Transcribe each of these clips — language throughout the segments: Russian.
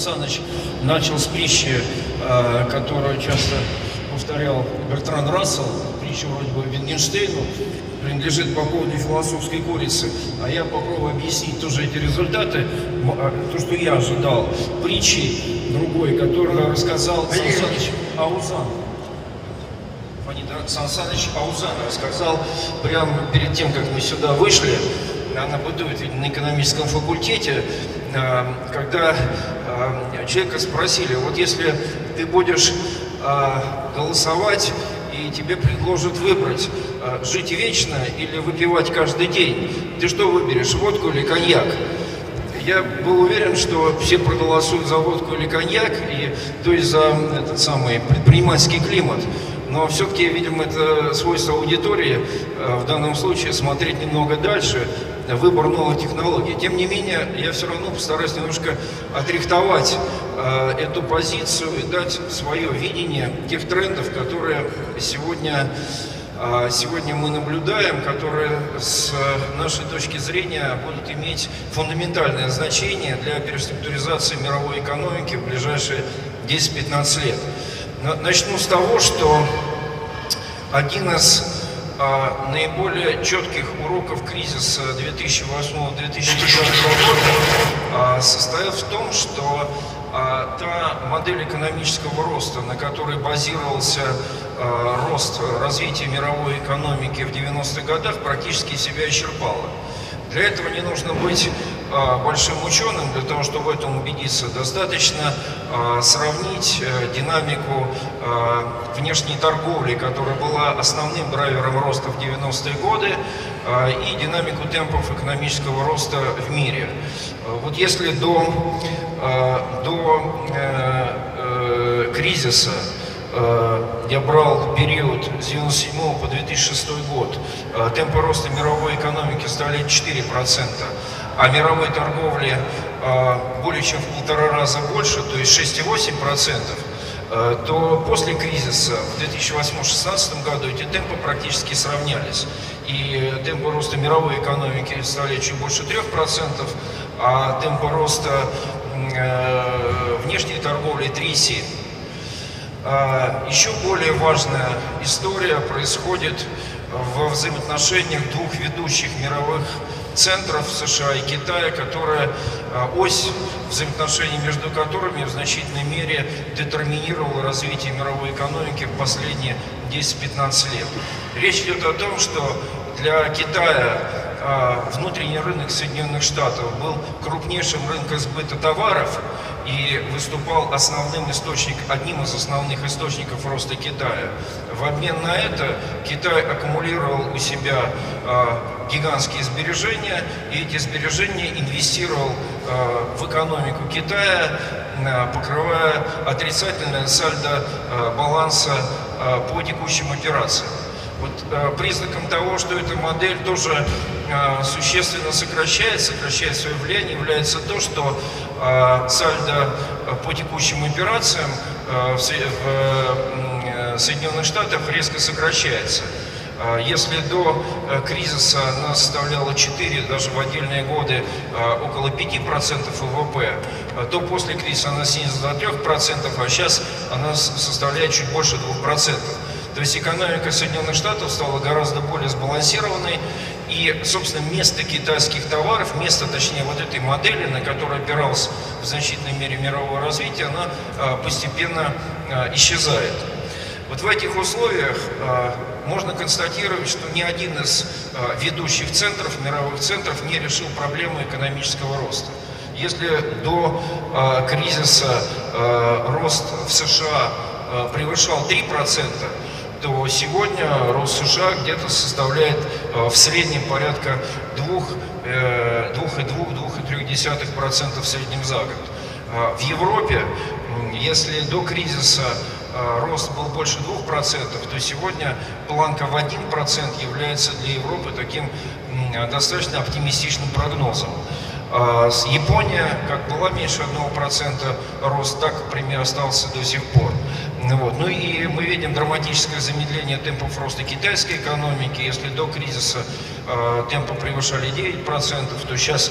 Саныч начал с притчи, которую часто повторял Бертран Рассел, притча вроде бы Wittgenstein'у, принадлежит по поводу философской курицы. А я попробую объяснить тоже эти результаты, то, что я ожидал. Притчи другой, которую рассказал Сан Саныч Аузан. Сан Саныч Аузан рассказал прямо перед тем, как мы сюда вышли. Она бытует на экономическом факультете, когда человека спросили: вот если ты будешь голосовать и тебе предложат выбрать, жить вечно или выпивать каждый день, ты что выберешь, водку или коньяк? Я был уверен, что все проголосуют за водку или коньяк, то есть за этот самый предпринимательский климат. Но все-таки, видимо, это свойство аудитории в данном случае смотреть немного дальше, выбор новых технологий. Тем не менее, я все равно постараюсь немножко отрихтовать эту позицию и дать свое видение тех трендов, которые сегодня мы наблюдаем, которые с нашей точки зрения будут иметь фундаментальное значение для переструктуризации мировой экономики в ближайшие 10-15 лет. Начну с того, что один из наиболее четких уроков кризиса 2008-2009 года состоял в том, что та модель экономического роста, на которой базировался рост развития мировой экономики в 90-х годах, практически себя исчерпала. Для этого не нужно быть большим ученым, для того, чтобы в этом убедиться. Достаточно сравнить динамику внешней торговли, которая была основным драйвером роста в 90-е годы, и динамику темпов экономического роста в мире. Вот если до кризиса я брал период с 1997 по 2006 год, темпы роста мировой экономики стали 4%, а мировой торговли более чем в 1,5 раза больше, то есть 6,8%, то после кризиса в 2008-2016 году эти темпы практически сравнялись. И темпы роста мировой экономики стали чуть больше 3%, а темпы роста внешней торговли 3,7%. Еще более важная история происходит во взаимоотношениях двух ведущих мировых центров США и Китая, которая ось взаимоотношений между которыми в значительной мере детерминировала развитие мировой экономики в последние 10-15 лет. Речь идет о том, что для Китая внутренний рынок Соединенных Штатов был крупнейшим рынком сбыта товаров и выступал одним из основных источников роста Китая. В обмен на это Китай аккумулировал у себя гигантские сбережения, и эти сбережения инвестировал в экономику Китая, покрывая отрицательное сальдо баланса по текущим операциям. Вот признаком того, что эта модель тоже существенно сокращает свое влияние, является то, что сальдо по текущим операциям в Соединенных Штатах резко сокращается. Если до кризиса она составляла 4, даже в отдельные годы около 5% ВВП, то после кризиса она снизилась до 3%, а сейчас она составляет чуть больше 2%. То есть экономика Соединенных Штатов стала гораздо более сбалансированной, и, собственно, место китайских товаров, точнее, вот этой модели, на которой опиралось в значительной мере мировое развитие, она постепенно исчезает. Вот в этих условиях можно констатировать, что ни один из ведущих мировых центров не решил проблему экономического роста. Если до кризиса рост в США превышал 3%, то сегодня рост США где-то составляет в среднем порядка 2,2-2,3% в среднем за год. В Европе, если до кризиса рост был больше 2%, то сегодня планка в 1% является для Европы таким достаточно оптимистичным прогнозом. Япония, как была меньше 1% рост, так, например, остался до сих пор. Ну и мы видим драматическое замедление темпов роста китайской экономики. Если до кризиса темпы превышали 9%, то сейчас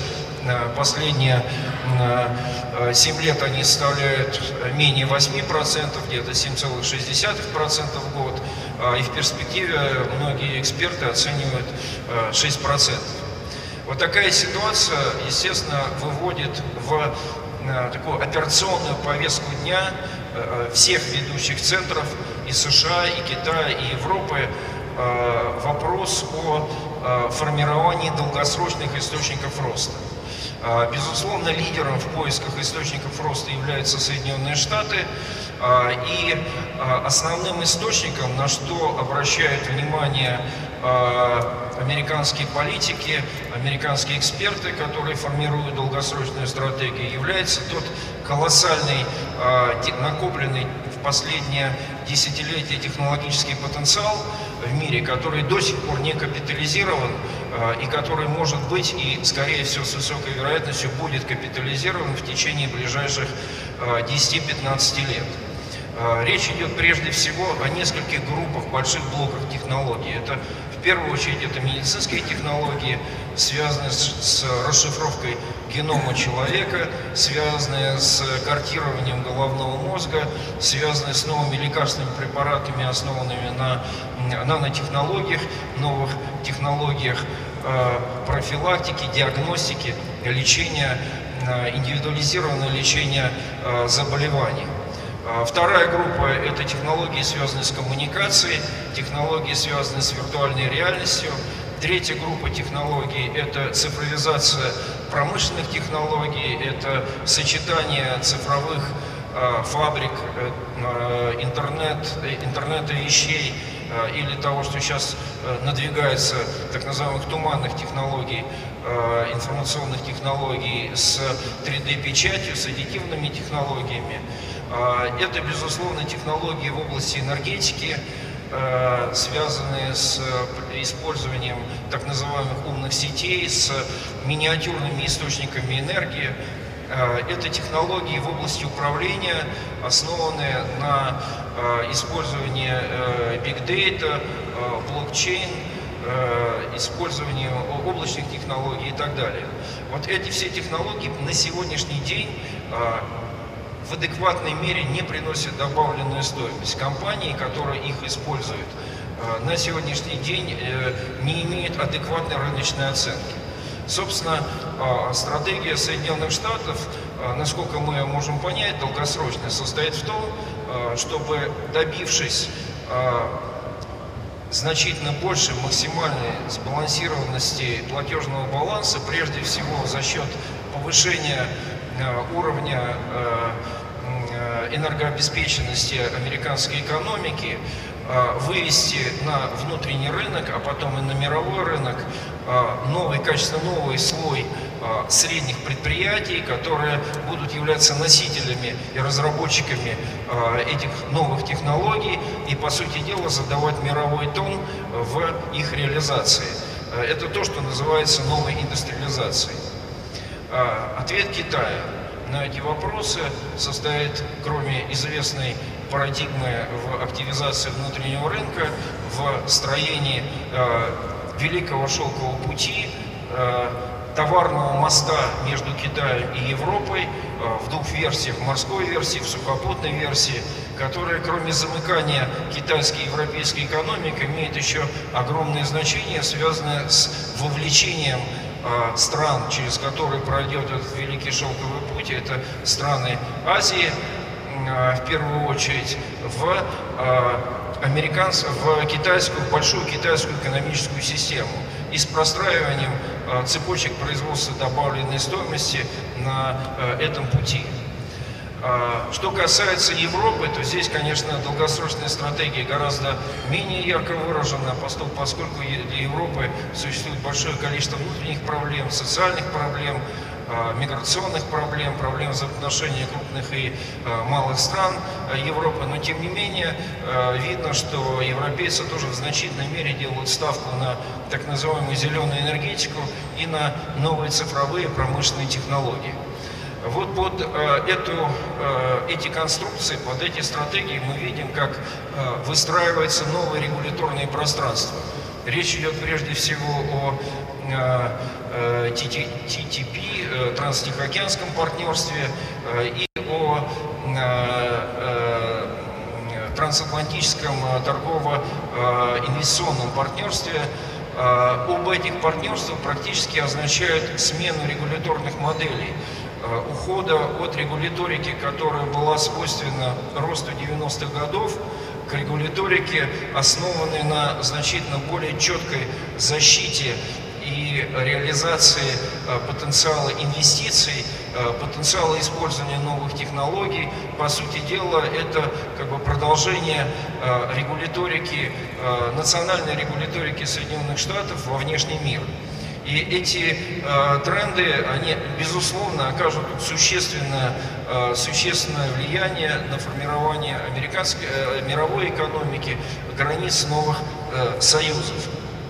последние 7 лет они составляют менее 8%, где-то 7,6% в год, и в перспективе многие эксперты оценивают 6%. Вот такая ситуация, естественно, выводит в такую операционную повестку дня всех ведущих центров и США, и Китая, и Европы вопрос о формировании долгосрочных источников роста. Безусловно, лидером в поисках источников роста являются Соединенные Штаты, и основным источником, на что обращают внимание американские политики, американские эксперты, которые формируют долгосрочную стратегию, является тот колоссальный, накопленный в последние десятилетия технологический потенциал в мире, который до сих пор не капитализирован и который может быть и, скорее всего, с высокой вероятностью будет капитализирован в течение ближайших 10-15 лет. Речь идет прежде всего о нескольких группах, больших блоках технологий. Это в первую очередь это медицинские технологии, связанные с расшифровкой генома человека, связанные с картированием головного мозга, связанные с новыми лекарственными препаратами, основанными на нанотехнологиях, новых технологиях профилактики, диагностики, лечения, индивидуализированного лечения заболеваний. Вторая группа – это технологии, связанные с коммуникацией, технологии, связанные с виртуальной реальностью. Третья группа технологий – это цифровизация промышленных технологий, это сочетание цифровых фабрик, интернета вещей или того, что сейчас надвигается, так называемых туманных технологий, информационных технологий с 3D-печатью, с аддитивными технологиями. Это, безусловно, технологии в области энергетики, связанные с использованием так называемых умных сетей, с миниатюрными источниками энергии. Это технологии в области управления, основанные на использовании big data, блокчейн, использовании облачных технологий и так далее. Вот эти все технологии на сегодняшний день в адекватной мере не приносят добавленную стоимость. Компании, которые их используют, на сегодняшний день не имеют адекватной рыночной оценки. Собственно, стратегия Соединенных Штатов, насколько мы можем понять, долгосрочная, состоит в том, чтобы, добившись значительно больше максимальной сбалансированности платежного баланса, прежде всего за счет повышения уровня энергообеспеченности американской экономики, вывести на внутренний рынок, а потом и на мировой рынок качественно новый слой средних предприятий, которые будут являться носителями и разработчиками этих новых технологий и, по сути дела, задавать мировой тон в их реализации. Это то, что называется новой индустриализацией. Ответ Китая на эти вопросы состоит, кроме известной парадигмы в активизации внутреннего рынка, в строении Великого шелкового пути, товарного моста между Китаем и Европой в двух версиях, в морской версии, в сухопутной версии, которая, кроме замыкания китайской и европейской экономики, имеет еще огромное значение, связанное с вовлечением стран, через которые пройдет этот Великий шелковый путь, это страны Азии, в первую очередь, в большую китайскую экономическую систему и с простраиванием цепочек производства добавленной стоимости на этом пути. Что касается Европы, то здесь, конечно, долгосрочная стратегия гораздо менее ярко выражена, поскольку для Европы существует большое количество внутренних проблем, социальных проблем, миграционных проблем, проблем взаимоотношений крупных и малых стран Европы. Но, тем не менее, видно, что европейцы тоже в значительной мере делают ставку на так называемую зеленую энергетику и на новые цифровые промышленные технологии. Вот под эти конструкции, под эти стратегии мы видим, как выстраивается новое регуляторное пространство. Речь идет прежде всего о TTP, Транстихоокеанском партнерстве, и о трансатлантическом торгово-инвестиционном партнерстве. Оба этих партнерства практически означают смену регуляторных моделей, ухода от регуляторики, которая была свойственна росту 90-х годов, к регуляторике, основанной на значительно более четкой защите и реализации потенциала инвестиций, потенциала использования новых технологий. По сути дела, это как бы продолжение регуляторики, национальной регуляторики Соединенных Штатов во внешний мир. И эти тренды, они, безусловно, окажут существенное влияние на формирование мировой экономики, границ новых союзов.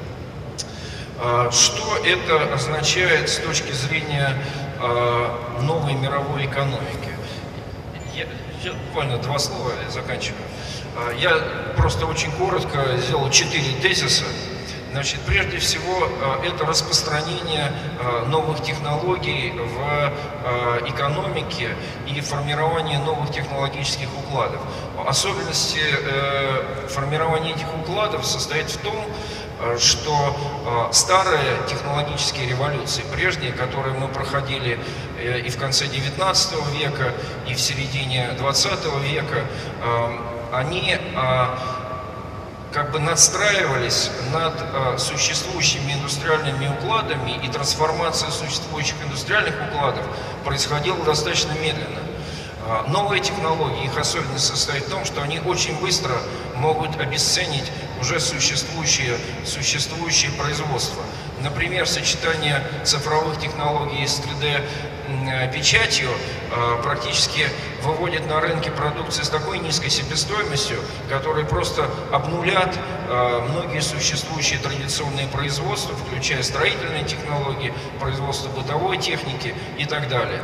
Что это означает с точки зрения новой мировой экономики? Я буквально 2 слова и заканчиваю. Я просто очень коротко сделал 4 тезиса. Значит, прежде всего, это распространение новых технологий в экономике и формирование новых технологических укладов. Особенность формирования этих укладов состоит в том, что старые технологические революции, прежние, которые мы проходили и в конце XIX века, и в середине XX века, они как бы надстраивались над существующими индустриальными укладами, и трансформация существующих индустриальных укладов происходила достаточно медленно. Новые технологии, их особенность состоит в том, что они очень быстро могут обесценить уже существующее производство. Например, сочетание цифровых технологий с 3D-печатью практически выводит на рынке продукции с такой низкой себестоимостью, которые просто обнулят многие существующие традиционные производства, включая строительные технологии, производство бытовой техники и так далее.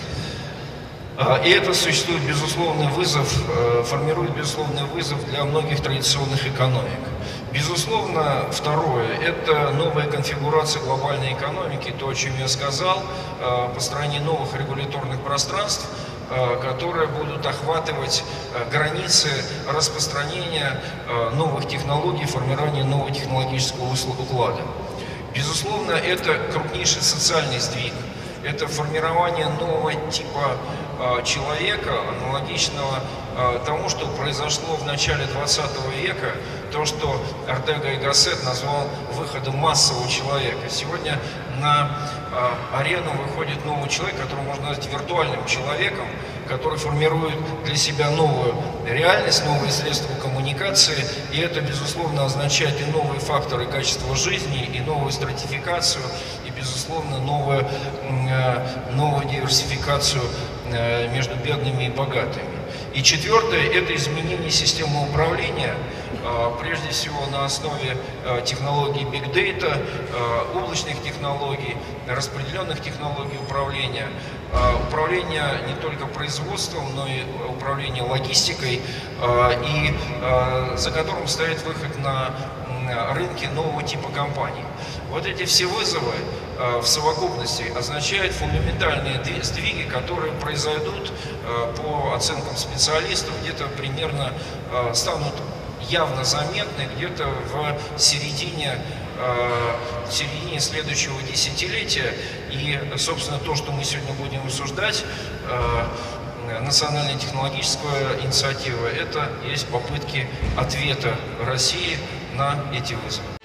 И это существует безусловный вызов, формирует безусловный вызов для многих традиционных экономик. Безусловно, второе – это новая конфигурация глобальной экономики, то, о чем я сказал, построение новых регуляторных пространств, которые будут охватывать границы распространения новых технологий, формирования нового технологического уклада. Безусловно, это крупнейший социальный сдвиг. Это формирование нового типа человека, аналогичного тому, что произошло в начале 20 века, то, что Ортега и Гассет назвал выходом массового человека. Сегодня на арену выходит новый человек, которого можно назвать виртуальным человеком, который формирует для себя новую реальность, новые средства коммуникации, и это, безусловно, означает и новые факторы качества жизни, и новую стратификацию, и, безусловно, новую диверсификацию между бедными и богатыми. И четвертое – это изменение системы управления, прежде всего на основе технологий Big Data, облачных технологий, распределенных технологий управления, управления не только производством, но и управления логистикой, и за которым стоит выход на рынки нового типа компаний. Вот эти все вызовы в совокупности означают фундаментальные сдвиги, которые произойдут по оценкам специалистов, где-то примерно станут явно заметны где-то в середине следующего десятилетия. И, собственно, то, что мы сегодня будем обсуждать, национальная технологическая инициатива, это есть попытки ответа России на эти вызовы.